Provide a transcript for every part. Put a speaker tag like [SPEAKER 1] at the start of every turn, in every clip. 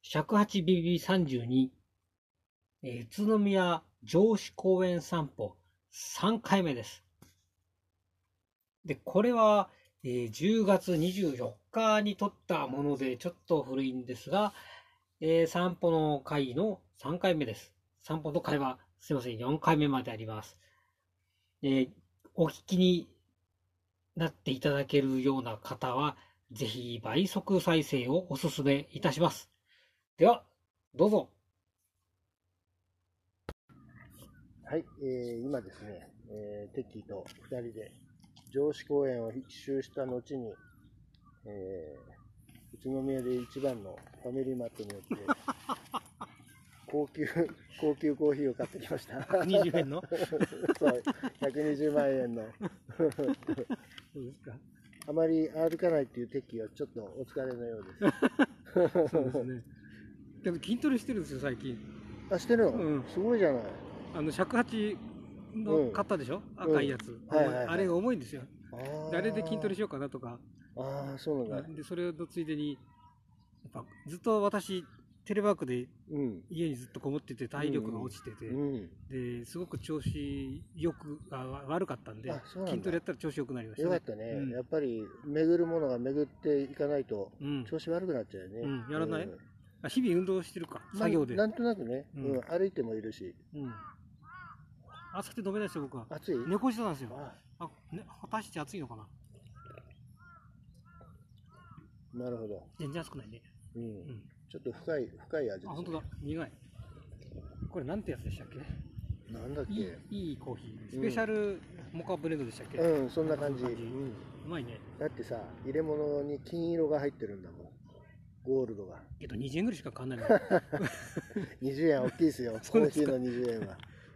[SPEAKER 1] 尺八 BB32、宇都宮城址公園散歩3回目です。で、これは、10月24日に撮ったものでちょっと古いんですが、散歩の会の3回目です。散歩の会はすいません、4回目まであります。お聞きになっていただけるような方は、ぜひ倍速再生をお勧めいたします。では、どうぞ。
[SPEAKER 2] はい、今ですね、テッキーと2人で城址公園を一周した後に、宇都宮で一番のファミリーマートによって高級コーヒーを買ってきました。
[SPEAKER 1] 120円の
[SPEAKER 2] そう、120万円の。
[SPEAKER 1] そうですか。
[SPEAKER 2] あまり歩かないっていうテッキーはちょっとお疲れのようです。
[SPEAKER 1] そうですね。でも筋トレしてるんですよ、最近。
[SPEAKER 2] あ、してるの、
[SPEAKER 1] うん、
[SPEAKER 2] すごいじゃない。
[SPEAKER 1] 尺八の買ったでしょ、赤いやつ。あれが重いんですよ。あれで筋トレしようかなとか。
[SPEAKER 2] ああ、そうなんだ。
[SPEAKER 1] で、それのついでに、やっぱずっと私、テレワークで家にずっとこもってて体力が落ちてて、ですごく調子悪かったんで、筋トレやったら調子良くなりましたね。
[SPEAKER 2] よかったね。やっぱり巡るものが巡っていかないと調子悪くなっちゃうよね。
[SPEAKER 1] やらない？日々運動してるか、作業で。
[SPEAKER 2] なんとなくね、歩いてもいるし。
[SPEAKER 1] 暑くて飲めないですよ、僕は。
[SPEAKER 2] 暑い？
[SPEAKER 1] 猫舌なんですよ。果たして暑いのかな？
[SPEAKER 2] なるほど。
[SPEAKER 1] 全然暑くないね。
[SPEAKER 2] ちょっと深い味ですね。
[SPEAKER 1] あ、本当だ。苦い。これなんてやつでしたっけ？
[SPEAKER 2] なんだっけ？
[SPEAKER 1] いいコーヒー。スペシャルモカブレンドでしたっけ？
[SPEAKER 2] そんな感じ。う
[SPEAKER 1] まいね。
[SPEAKER 2] だってさ、入れ物に金色が入ってるんだもん。ゴールドが。
[SPEAKER 1] 20円ぐらいしか買わないの。
[SPEAKER 2] 20円大きいですよ。コーヒーの20円は。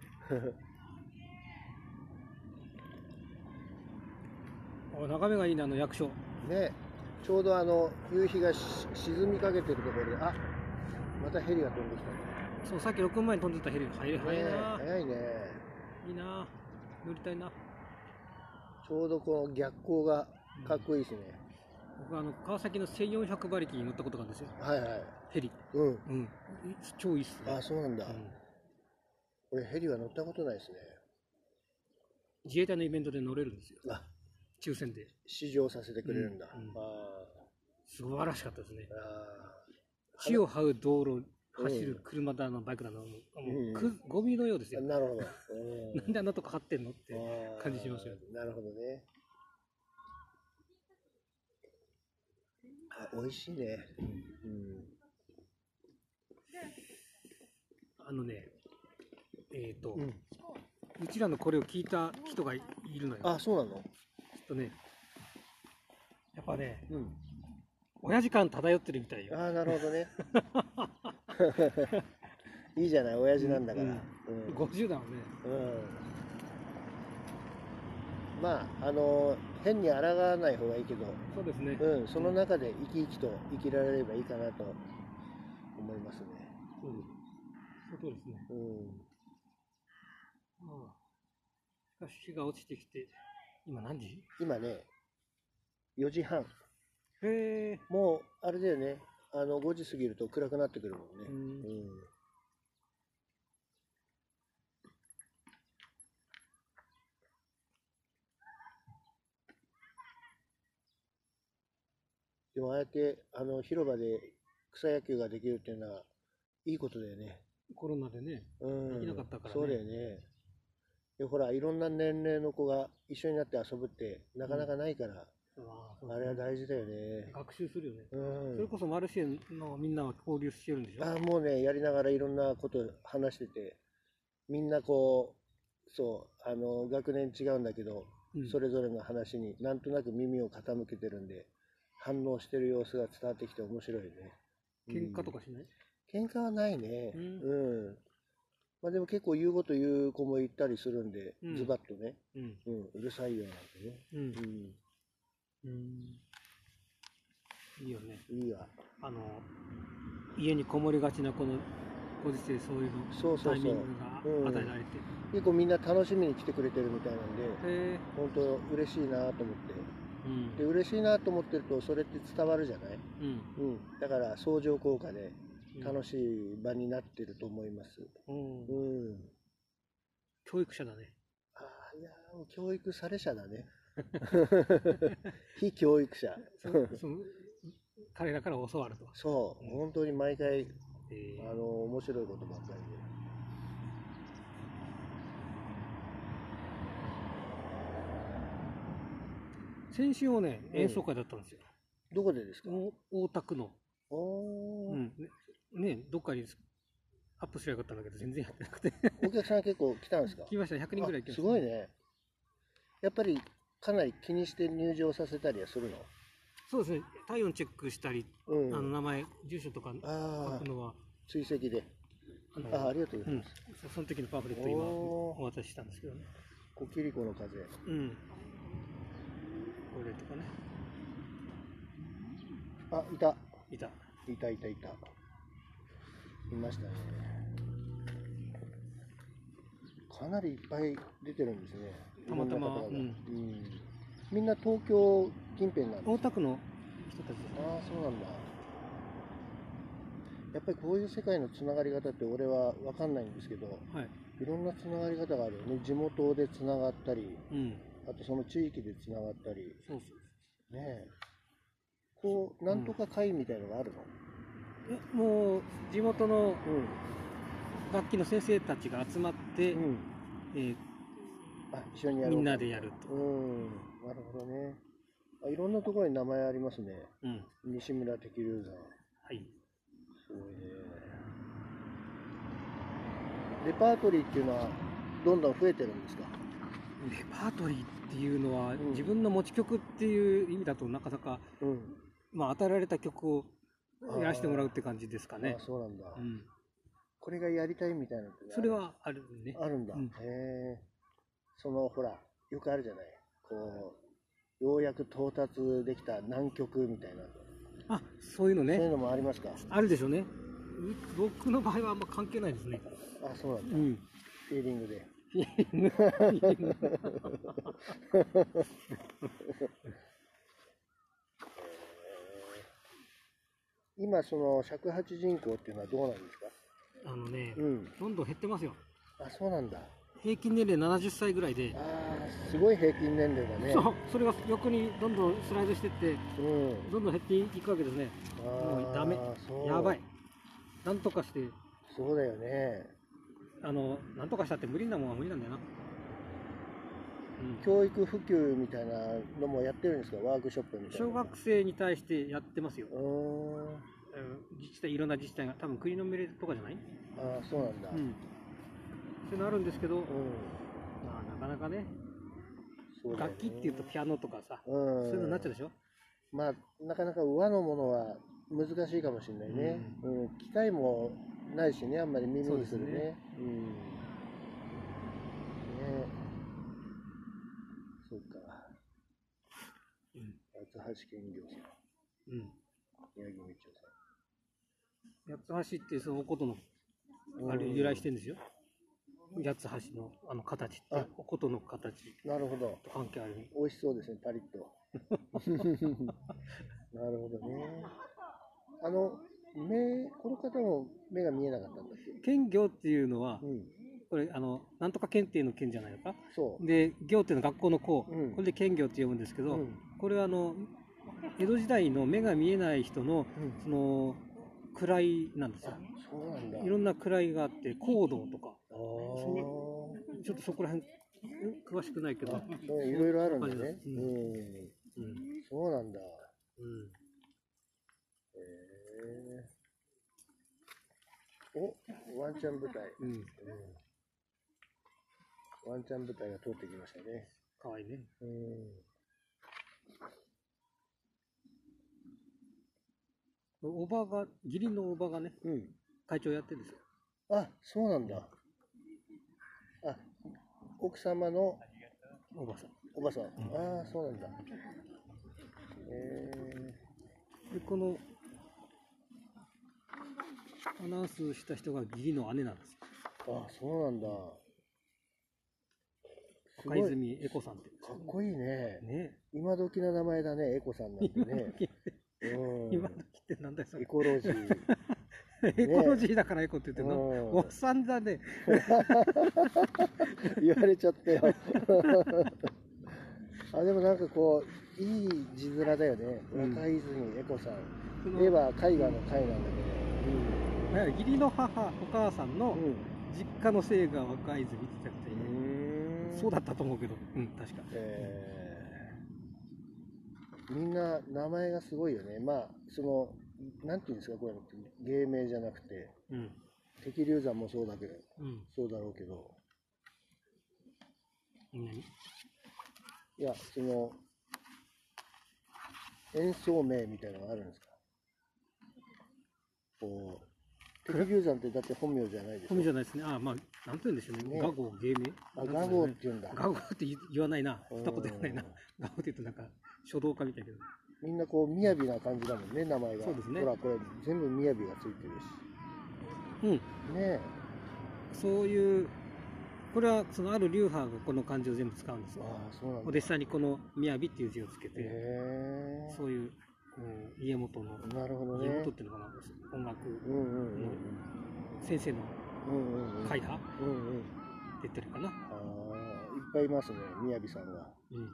[SPEAKER 1] 眺めがいいな、役所。
[SPEAKER 2] ね、ちょうど夕日が沈みかけてるところで、あ、またヘリが飛んできたね。
[SPEAKER 1] そう、さっき6分前に飛んでたヘリが早いな。
[SPEAKER 2] 早いね。
[SPEAKER 1] いいな、乗りたいな。
[SPEAKER 2] ちょうどこの逆光がかっこいいですね。
[SPEAKER 1] 僕川崎の1400馬力に乗ったことがあるんですよ。ヘリ。超いいっすね。
[SPEAKER 2] あ、そうなんだ。俺ヘリは乗ったことないですね。
[SPEAKER 1] 自衛隊のイベントで乗れるんですよ。抽選で
[SPEAKER 2] 試乗させてくれるんだ。
[SPEAKER 1] 素晴らしかったですね。地を這う道路走る車だのバイクだの、もうゴミのようですよ。
[SPEAKER 2] なるほど。
[SPEAKER 1] なんであんなとこ張ってんのって感じしますよ。
[SPEAKER 2] なるほどね。美味しいね。
[SPEAKER 1] うちらのこれを聞いた人がいるのよ。
[SPEAKER 2] あ、そうなの？
[SPEAKER 1] ちょっとね、やっぱね、親父感漂ってるみたいよ。
[SPEAKER 2] ああ、なるほどね。いいじゃない、親父なんだから。
[SPEAKER 1] 50だもんね。
[SPEAKER 2] まあ、変に抗わない方がいいけど、
[SPEAKER 1] そうですね。
[SPEAKER 2] その中で生き生きと生きられればいいかなと思いますね。
[SPEAKER 1] そうですね。しかし日が落ちてきて、今何時？
[SPEAKER 2] 今ね、4時半。
[SPEAKER 1] へえ。
[SPEAKER 2] もう、あれだよね。5時過ぎると暗くなってくるもんね。でもああやって広場で草野球ができるっていうのはいいことだよね。
[SPEAKER 1] コロナでね、できなかったからね。
[SPEAKER 2] そうだよね。で、ほら、いろんな年齢の子が一緒になって遊ぶってなかなかないから、あれは大事だよね。
[SPEAKER 1] 学習するよね。それこそマルシェのみんなは交流してるんでしょ？
[SPEAKER 2] もうね、やりながらいろんなこと話してて、みんなこう、そう、学年違うんだけど、それぞれの話になんとなく耳を傾けてるんで、反応してる様子が伝わってきて面白いね。
[SPEAKER 1] 喧嘩とかしない？
[SPEAKER 2] 喧嘩はないね。まあでも結構言うこと言う子もいたりするんで、ズバッとね。うるさいよなんてね。
[SPEAKER 1] いいよね。
[SPEAKER 2] いいわ。
[SPEAKER 1] 家にこもりがちなこのご時世、そういうタイミングが与えられて。
[SPEAKER 2] 結構みんな楽しみに来てくれてるみたいなんで、本当嬉しいなと思って。で、嬉しいなと思ってると、それって伝わるじゃない？だから相乗効果で、 楽しい場になってると思います。
[SPEAKER 1] 教育者だね。
[SPEAKER 2] いやもう教育され者だね。非教育者。
[SPEAKER 1] 彼らから教わると。
[SPEAKER 2] そう、本当に毎回、面白いことばっかりで。
[SPEAKER 1] 先週はね、演奏会だったんですよ。
[SPEAKER 2] どこでですか？
[SPEAKER 1] 大田区の。
[SPEAKER 2] ね、
[SPEAKER 1] どっかにアップすればよかったんだけど、全然やってなくて。
[SPEAKER 2] お客さん結構来たんですか？
[SPEAKER 1] 来ました、100人ぐらい来ました。
[SPEAKER 2] すごいね。やっぱりかなり気にして入場させたりはするの？
[SPEAKER 1] そうですね、体温チェックしたり、名前、住所とか書くのは。
[SPEAKER 2] 追跡で。ありがとうございます。
[SPEAKER 1] その時のパンフレット今お渡ししたんですけどね。
[SPEAKER 2] コキリコの風。
[SPEAKER 1] これとかね。
[SPEAKER 2] いた。
[SPEAKER 1] いた。
[SPEAKER 2] いましたね。かなりいっぱい出てるんですね。
[SPEAKER 1] たまたま。
[SPEAKER 2] みんな東京近辺なんですか？
[SPEAKER 1] 大田区の人たちです。
[SPEAKER 2] そうなんだ。やっぱりこういう世界のつながり方って俺は分かんないんですけど、いろんなつながり方があるよね。地元でつながったり、あとその地域でつながったり。ねえ。こう、なんとか会みたいのがあるの？
[SPEAKER 1] もう地元の楽器の先生たちが集まって、
[SPEAKER 2] 一緒にやる。
[SPEAKER 1] みんなでやると。
[SPEAKER 2] なるほどね。いろんなところに名前ありますね。西村適龍山。すごいね。レパートリーっていうのはどんどん増えてるんですか？
[SPEAKER 1] レパートリーっていうのは、自分の持ち曲っていう意味だとなかなか、与えられた曲をやらせてもらうって感じですかね。
[SPEAKER 2] そうなんだ。これがやりたいみたいなのって
[SPEAKER 1] それはあるね。
[SPEAKER 2] あるんだ。そのほらよくあるじゃない。こうようやく到達できた南極みたいな。
[SPEAKER 1] そういうのね。
[SPEAKER 2] そういうのもありますか？あ
[SPEAKER 1] るでしょうね。僕の場合はあんま関係ないですね。
[SPEAKER 2] そうなんだ。フィーリングで。今その尺八人口っていうのはどうなんですか？
[SPEAKER 1] どんどん減ってますよ。
[SPEAKER 2] そうなんだ。
[SPEAKER 1] 平均年齢70歳ぐらいで。
[SPEAKER 2] すごい平均年齢だね。
[SPEAKER 1] それが横にどんどんスライドしてって、どんどん減っていくわけですね。もうダメ。やばい。なんとかして。
[SPEAKER 2] そうだよね。
[SPEAKER 1] なんとかしたって無理なもんは無理なんだよな。
[SPEAKER 2] 教育普及みたいなのもやってるんですか？ワークショップみたいな。
[SPEAKER 1] 小学生に対してやってますよ。自治体、いろんな自治体が、多分国の命令とかじゃない？
[SPEAKER 2] そうなんだ。
[SPEAKER 1] そういうのあるんですけど、なかなかね、楽器っていうとピアノとかさ、そういうのになっちゃうでしょ？
[SPEAKER 2] なかなか和のものは難しいかもしれないね。機械もないしね、あんまり耳にするね。そうか。八橋健行さん。宮城道夫さん。
[SPEAKER 1] 八つ橋ってそのお琴のあれ由来してるんですよ。八つ橋の形って、お琴の形。
[SPEAKER 2] なるほど。
[SPEAKER 1] 関係ある。
[SPEAKER 2] 美味しそうですね、パリッと。なるほどね。この方も目が見えなかったんだっけ？
[SPEAKER 1] 健行っていうのは、これなんとか検定の検じゃないのか。で行っていうのは学校の校、これで健行って読むんですけど、これは江戸時代の目が見えない人のその位なんですよ。いろんな位があって、講堂とか、ちょっとそこら辺詳しくないけど、
[SPEAKER 2] いろいろあるんだね。そうなんだ。ワンちゃん部隊。ワンちゃん部隊が通ってきましたね。
[SPEAKER 1] かわいいね。おばが、義理のおばがね、会長やってるんですよ。
[SPEAKER 2] そうなんだ。奥様の
[SPEAKER 1] おばさん。
[SPEAKER 2] そうなんだ。
[SPEAKER 1] で、このアナウンスした人が義理の姉なんですよ。
[SPEAKER 2] そうなんだ。
[SPEAKER 1] 赤泉エコさんって。
[SPEAKER 2] かっこいいね。今時な名前だね、エコさんなんてね。
[SPEAKER 1] 今時ってなんだよ、それ。
[SPEAKER 2] エコロジー。
[SPEAKER 1] エコロジーだからエコって言ってるの、おっさんだね。
[SPEAKER 2] 言われちゃったよ。あ、でもなんかこう、いい字面だよね。若泉エコさん。絵は絵画の絵なんだけど。
[SPEAKER 1] 義理の母、お母さんの実家の姓が若泉って言ってた。そうだったと思うけど、確か。
[SPEAKER 2] みんな名前がすごいよね。まあ、なんていうんですか、これ芸名じゃなくて、敵流山もそうだけど、そうだろうけど。いや、演奏名みたいなのがあるんですか？こう、敵流山ってだって本名じゃないでしょ？
[SPEAKER 1] 本名じゃないですね。まあ、なんて言うんでしょうね。雅号、芸名。
[SPEAKER 2] 雅号って言うんだ。
[SPEAKER 1] 雅号って言わないな。二言言わないな。雅号って言うとなんか書道家みたいけど。
[SPEAKER 2] みんなこう、雅な感じだもんね、名前が。
[SPEAKER 1] そうですね。
[SPEAKER 2] ほら、これ全部雅がついてるし。ねえ。
[SPEAKER 1] そういう、これはそのある流派がこの漢字を全部使うんですよ。
[SPEAKER 2] そうなんだ。
[SPEAKER 1] お弟子さんにこの雅っていう字をつけて、そういう家元の、
[SPEAKER 2] なるほどね、
[SPEAKER 1] 家元っていうのかな、音楽の先生の会派って言ってるかな。いっ
[SPEAKER 2] ぱいいますね、雅さんが。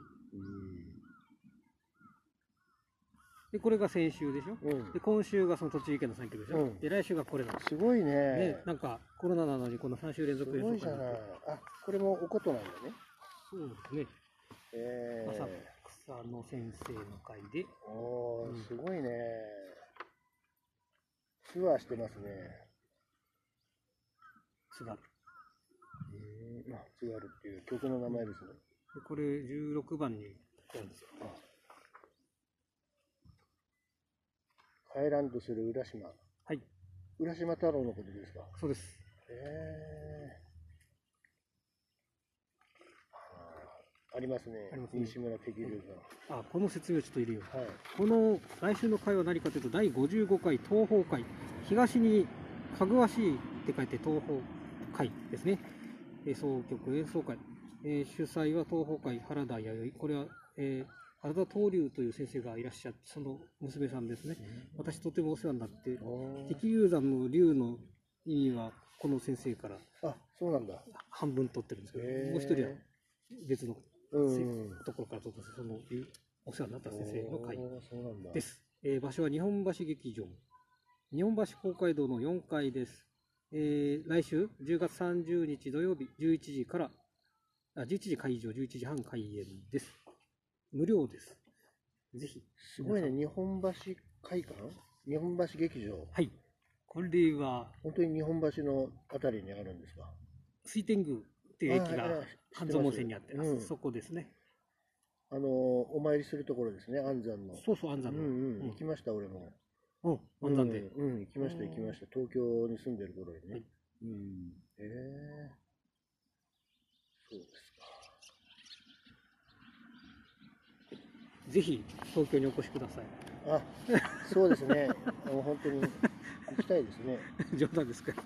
[SPEAKER 1] で、これが先週でしょ。で、今週がその栃木県の3曲でしょ。で、来週がこれなんです。
[SPEAKER 2] すごいね。
[SPEAKER 1] なんかコロナなのにこの3週連続
[SPEAKER 2] すごいじゃない。これもおことなんだね。
[SPEAKER 1] そうですね。浅草の先生の会で。
[SPEAKER 2] すごいね。ツアーしてますね。
[SPEAKER 1] 津軽。
[SPEAKER 2] 津軽っていう曲の名前ですね。
[SPEAKER 1] これ16番にあるんですよ。
[SPEAKER 2] 帰らんとする浦島。
[SPEAKER 1] はい。
[SPEAKER 2] 浦島太郎のことですか？
[SPEAKER 1] そうです。
[SPEAKER 2] ありますね。西村敵流
[SPEAKER 1] 山。この説明ちょっといるよ。この来週の会は何かというと、第55回東宝会。東にかぐわしいって書いて東宝会ですね。総曲演奏会。主催は東宝会原田弥生。これは、原田東龍という先生がいらっしゃって、その娘さんですね。私とてもお世話になって、敵流山の龍の意味はこの先生から
[SPEAKER 2] そうなんだ。
[SPEAKER 1] 半分取ってるんですけど、もう一人は別のところから取って、そのお世話になった先生の会です。場所は日本橋劇場。日本橋公会堂の4階です。来週10月30日土曜日11時から、11時開場、11時半開演です。無料です。ぜひ。
[SPEAKER 2] すごいね、日本橋会館？日本橋劇場。
[SPEAKER 1] はい。これは。
[SPEAKER 2] 本当に日本橋のあたりにあるんですか？
[SPEAKER 1] 水天宮っていう駅が半蔵門線にあって、そこですね。
[SPEAKER 2] お参りするところですね、安山の。
[SPEAKER 1] そうそう、安山の。
[SPEAKER 2] 行きました、俺も。
[SPEAKER 1] 安山で。
[SPEAKER 2] 行きました、行きました。東京に住んでる頃にね。そうですか。
[SPEAKER 1] ぜひ東京にお越しください。
[SPEAKER 2] そうですね。本当に行きたいですね。
[SPEAKER 1] 冗談ですか。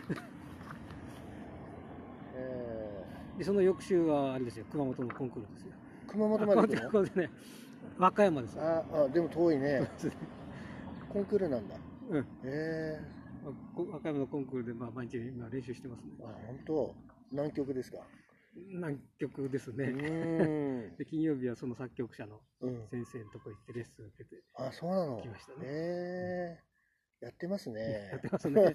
[SPEAKER 1] で、その翌週はあれですよ、熊本のコンクールですよ。
[SPEAKER 2] 熊本まで
[SPEAKER 1] これね、和歌山ですよ。
[SPEAKER 2] でも遠いね。コンクールなんだ。
[SPEAKER 1] 和歌山のコンクールで毎日今練習してますね。
[SPEAKER 2] 本当。何曲ですか？
[SPEAKER 1] 何曲ですね。で、金曜日はその作曲者の先生のとこ行ってレッスン受けて。
[SPEAKER 2] そうなの。
[SPEAKER 1] 来ましたね。
[SPEAKER 2] やってますね。
[SPEAKER 1] やってますね。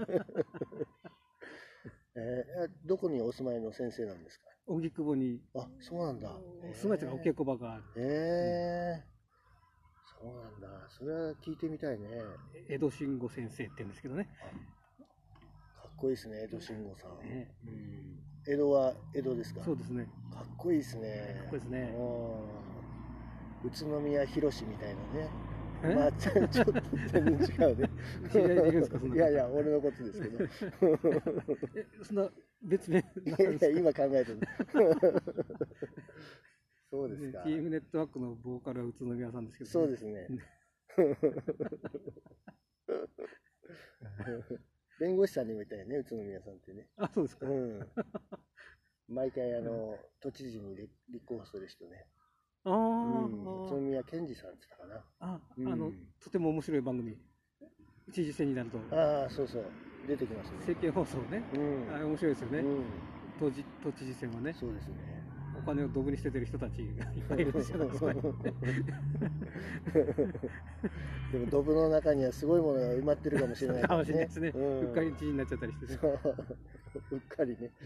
[SPEAKER 2] どこにお住まいの先生なんですか？
[SPEAKER 1] 荻窪に。
[SPEAKER 2] そうなんだ。
[SPEAKER 1] 住まいというかお稽古場がある。
[SPEAKER 2] そうなんだ。それは聞いてみたいね。
[SPEAKER 1] 江戸慎吾先生って言うんですけどね。
[SPEAKER 2] かっこいいですね、江戸慎吾さん。江戸は江戸ですか？
[SPEAKER 1] そうですね。
[SPEAKER 2] かっこいいですね。
[SPEAKER 1] かっこいいですね。
[SPEAKER 2] 宇都宮弘みたいなね。ちょっと全然違うね。
[SPEAKER 1] 知り合いでいるんですか、そんな。
[SPEAKER 2] いやいや、俺のことですけど。
[SPEAKER 1] そんな別名
[SPEAKER 2] いやいや、今考えてる。そうですか。
[SPEAKER 1] チームネットワークのボーカルは宇都宮さんですけど。
[SPEAKER 2] そうですね。弁護士さんにもいたよね、宇都宮さんってね。
[SPEAKER 1] そうですか。
[SPEAKER 2] 毎回都知事に立候補する人ね。宇都宮健二さんって言ったかな。
[SPEAKER 1] とても面白い番組。 知事選になると、
[SPEAKER 2] ああ、そうそう、出てきますね。
[SPEAKER 1] 政見放送ね、あれ面白いですよね、都知事選はね、
[SPEAKER 2] そうですね。
[SPEAKER 1] お金をドブに捨ててる人たちがいっぱいいるんですよ、
[SPEAKER 2] でも、ドブの中にはすごいものが埋まってるかもしれない
[SPEAKER 1] かもしれないですね、うっかり知事になっちゃったりしてね。
[SPEAKER 2] うっかりね。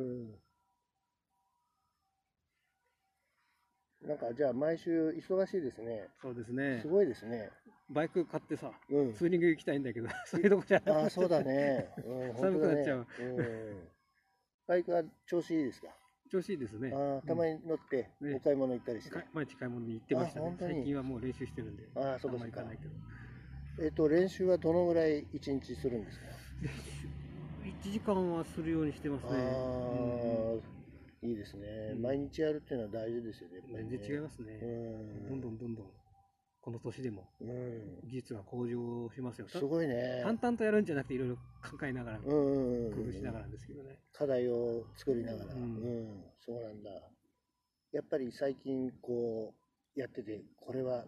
[SPEAKER 2] なんかじゃあ毎週忙しいですね。
[SPEAKER 1] そうですね。
[SPEAKER 2] すごいですね。
[SPEAKER 1] バイク買ってさ、ツーリング行きたいんだけど、そういうとこじゃなくて。
[SPEAKER 2] ああ、そうだね。
[SPEAKER 1] 寒くなっちゃう。
[SPEAKER 2] バイクは調子いいですか？
[SPEAKER 1] 調子いいですね。
[SPEAKER 2] ああ、たまに乗ってお買い物行ったりして。
[SPEAKER 1] 毎日買い物に行ってましたね。最近はもう練習してるんで。
[SPEAKER 2] ああ、そうかそうか。
[SPEAKER 1] あんまり行かないけど。
[SPEAKER 2] 練習はどのぐらい一日するんですか
[SPEAKER 1] ？1時間はするようにしてますね。
[SPEAKER 2] いいですね。毎日やるっていうのは大事ですよね。
[SPEAKER 1] 全然違いますね。どんどんこの年でも技術が向上しますよ。
[SPEAKER 2] すごいね。
[SPEAKER 1] 淡々とやるんじゃなくていろいろ考えながら工夫しながらですけどね。
[SPEAKER 2] 課題を作りながら。そうなんだ。やっぱり最近こうやっててこれは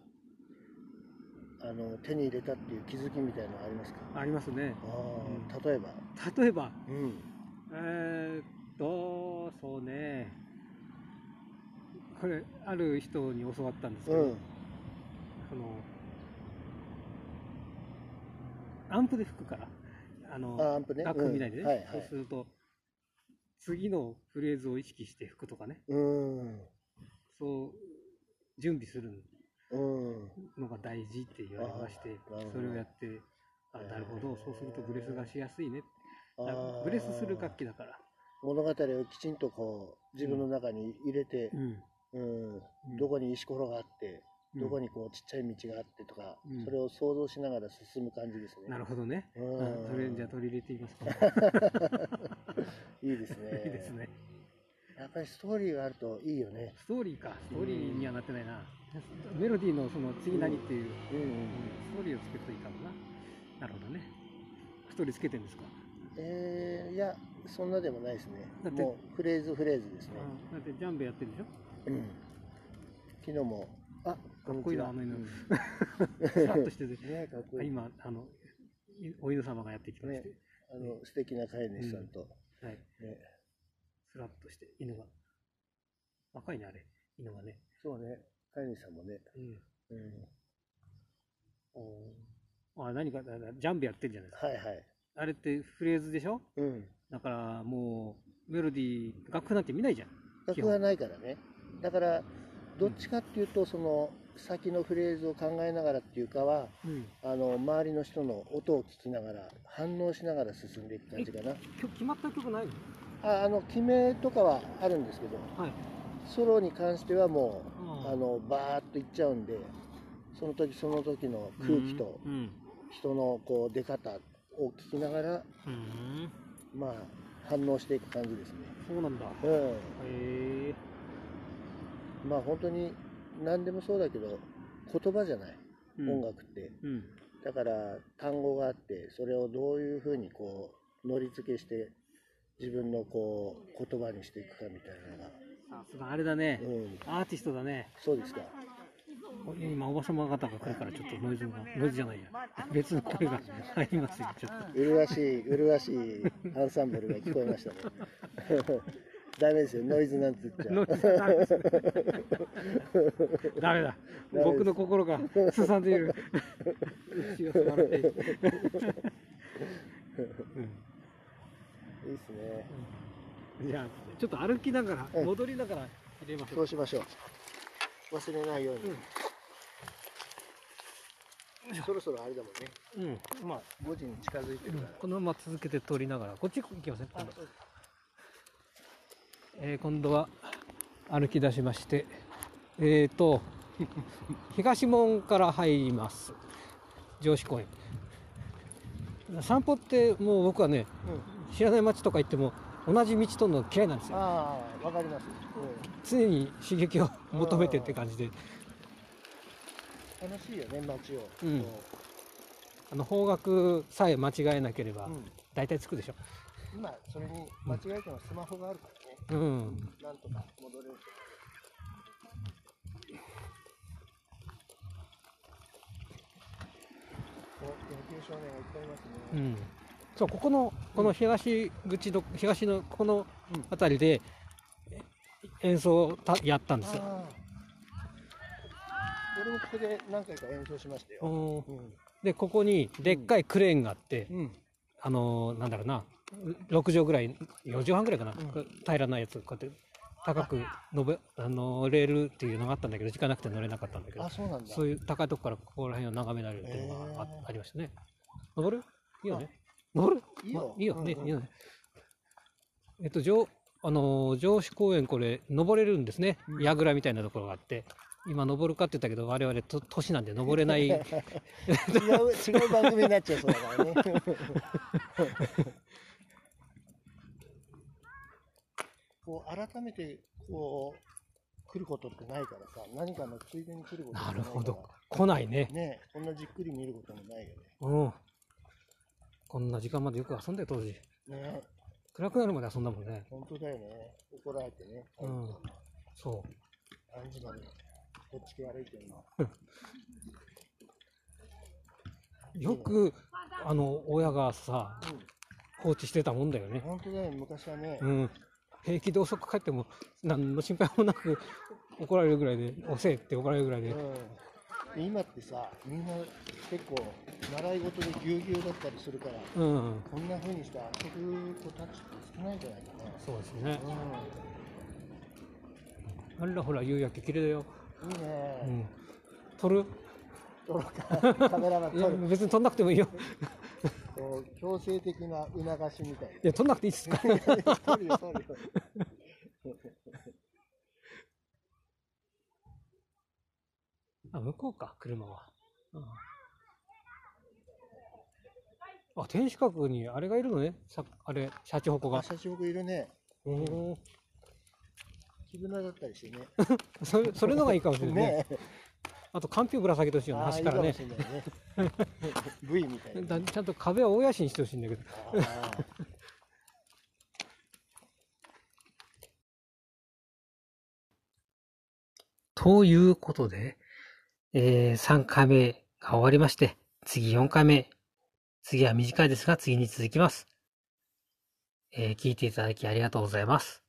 [SPEAKER 2] 手に入れたっていう気づきみたいなのありますか？
[SPEAKER 1] ありますね。
[SPEAKER 2] 例えば。
[SPEAKER 1] そうね。これある人に教わったんですけど、アンプで吹くから、
[SPEAKER 2] アンプね、
[SPEAKER 1] 楽譜みたいでね、そうすると次のフレーズを意識して吹くとかね、そう準備するのが大事って言われまして、それをやって、なるほど、そうするとブレスがしやすいね。ブレスする楽器だから。
[SPEAKER 2] 物語をきちんとこう自分の中に入れて、どこに石ころがあって、どこにこうちっちゃい道があってとか、それを想像しながら進む感じですね。
[SPEAKER 1] なるほどね。それじゃあ取り入れてみますか。
[SPEAKER 2] いいですね。
[SPEAKER 1] いいですね。
[SPEAKER 2] やっぱりストーリーがあるといいよね。
[SPEAKER 1] ストーリーか。ストーリーにはなってないな。メロディーのその次何っていうストーリーをつけるといいかもな。なるほどね。ストーリーつけてるんですか？
[SPEAKER 2] いや、そんなでもないですね。もうフレーズですね。
[SPEAKER 1] だってジャンベやってるでしょ？
[SPEAKER 2] 昨日も、
[SPEAKER 1] かっこいいな、あの犬。スラッとしてて。今、お犬様がやってきまして。
[SPEAKER 2] 素敵な飼い主さんと。
[SPEAKER 1] スラッとして犬が。若いね、あれ、犬がね。
[SPEAKER 2] そうね、飼い主さんもね。
[SPEAKER 1] 何か、ジャンベやってるじゃないですか。あれってフレーズでしょ？だからもう、メロディー、楽譜なんて見ないじゃん。
[SPEAKER 2] 楽譜はないからね。だから、どっちかっていうと、その先のフレーズを考えながらっていうかは、周りの人の音を聞きながら、反応しながら進んでいく感じかな。
[SPEAKER 1] 決まった曲ないの？
[SPEAKER 2] 決めとかはあるんですけど、ソロに関してはもう、バーッといっちゃうんで、その時その時の空気と人のこう出方を聞きながら、まあ反応していく感じですね。
[SPEAKER 1] そうなんだ。
[SPEAKER 2] まあ本当に何でもそうだけど、言葉じゃない、音楽って。だから単語があって、それをどういうふうにこうノリ付けして自分のこう言葉にしていくかみたいなのが。
[SPEAKER 1] さすがあれだね、アーティストだね。
[SPEAKER 2] そうですか。
[SPEAKER 1] 今おばさま方が来るからちょっとノイズじゃないや、別の声が入りますよ。ちょっと
[SPEAKER 2] 麗しいアンサンブルが聞こえましたね。ダメですよ、ノイズなんて言っちゃ
[SPEAKER 1] ダメだ、僕の心がすさんでいる。
[SPEAKER 2] いいですね。
[SPEAKER 1] じゃあちょっと歩きながら、戻りながら入れましょう。
[SPEAKER 2] そうしましょう。忘れないように。そろそろあれだもんね。まあ5時に近づいてるから。
[SPEAKER 1] このまま続けて通りながら、こっち行きません？今度は歩き出しまして、東門から入ります。城址公園。散歩ってもう僕はね、知らない街とか行っても同じ道取るの嫌いなんですよ。
[SPEAKER 2] わかります。
[SPEAKER 1] 常に刺激を求めてって感じで。
[SPEAKER 2] 楽しいよね、街を。
[SPEAKER 1] 方角さえ間違えなければ大体着くでしょ。
[SPEAKER 2] 今それに間違えてもスマホがあるからね。なんとか戻れると思う。 野球少年がいっぱいいますね。
[SPEAKER 1] うん。そう、この東口の、東のこの辺りで演奏をやったんですよ。
[SPEAKER 2] 俺もここで何回か演奏しましたよ。
[SPEAKER 1] で、ここにでっかいクレーンがあって、なんだろうな、6畳ぐらい、4畳半ぐらいかな、平らなやつ、こうやって高く乗れるっていうのがあったんだけど、時間なくて乗れなかったんだけど、そういう高いとこからここら辺を眺められるっていうのがありましたね。登る？いいよね。登る？いいよ。いいよね。いいよね。城址公園、これ、登れるんですね。櫓みたいなところがあって。今登るかって言ったけど、我々年なんで登れない。違う
[SPEAKER 2] 番組になっちゃうそうだからね。こう改めてこう来ることってないからさ、何かのついでに来ることってないから。
[SPEAKER 1] なるほど。来ないね。
[SPEAKER 2] ね、こんなじっくり見ることもないよね。
[SPEAKER 1] うん。こんな時間までよく遊んだよ、当時。ね。暗くなるまで遊んだもんね。
[SPEAKER 2] 本当だよね。怒られてね。
[SPEAKER 1] うん。そう。
[SPEAKER 2] 何時までこっち悪いけどな。
[SPEAKER 1] よく親がさ、放置してたもんだよね。
[SPEAKER 2] 本当だよ、昔はね。
[SPEAKER 1] うん。平気で遅く帰っても何の心配もなく怒られるぐらいで、遅いって怒られるぐらいで。
[SPEAKER 2] 今ってさ、みんな結構習い事でぎゅうぎゅうだったりするから、こんな風にして遊ぶ子たちって少ないんじゃないかな。
[SPEAKER 1] そうですね。あらほら、夕焼け綺麗だよ。
[SPEAKER 2] いいね。
[SPEAKER 1] 撮る？
[SPEAKER 2] 撮ろうか。カメラマン撮る。
[SPEAKER 1] 別に撮んなくてもいいよ。
[SPEAKER 2] 強制的な促しみたいな。
[SPEAKER 1] いや、撮んなくていいっすか。撮るよ、撮るよ。あ、向こうか、車は。あ、天守閣にあれがいるのね。あれ、シャチホコが。
[SPEAKER 2] シャチホコいるね。キブナだったりしてね。
[SPEAKER 1] それのがいいかもしれないね。あと、かんぴょうぶら下げてほしいよね、端からね。
[SPEAKER 2] V みたいな。
[SPEAKER 1] ちゃんと壁は大やしにしてほしいんだけど。ということで、3回目が終わりまして、次4回目。次は短いですが、次に続きます。聞いていただきありがとうございます。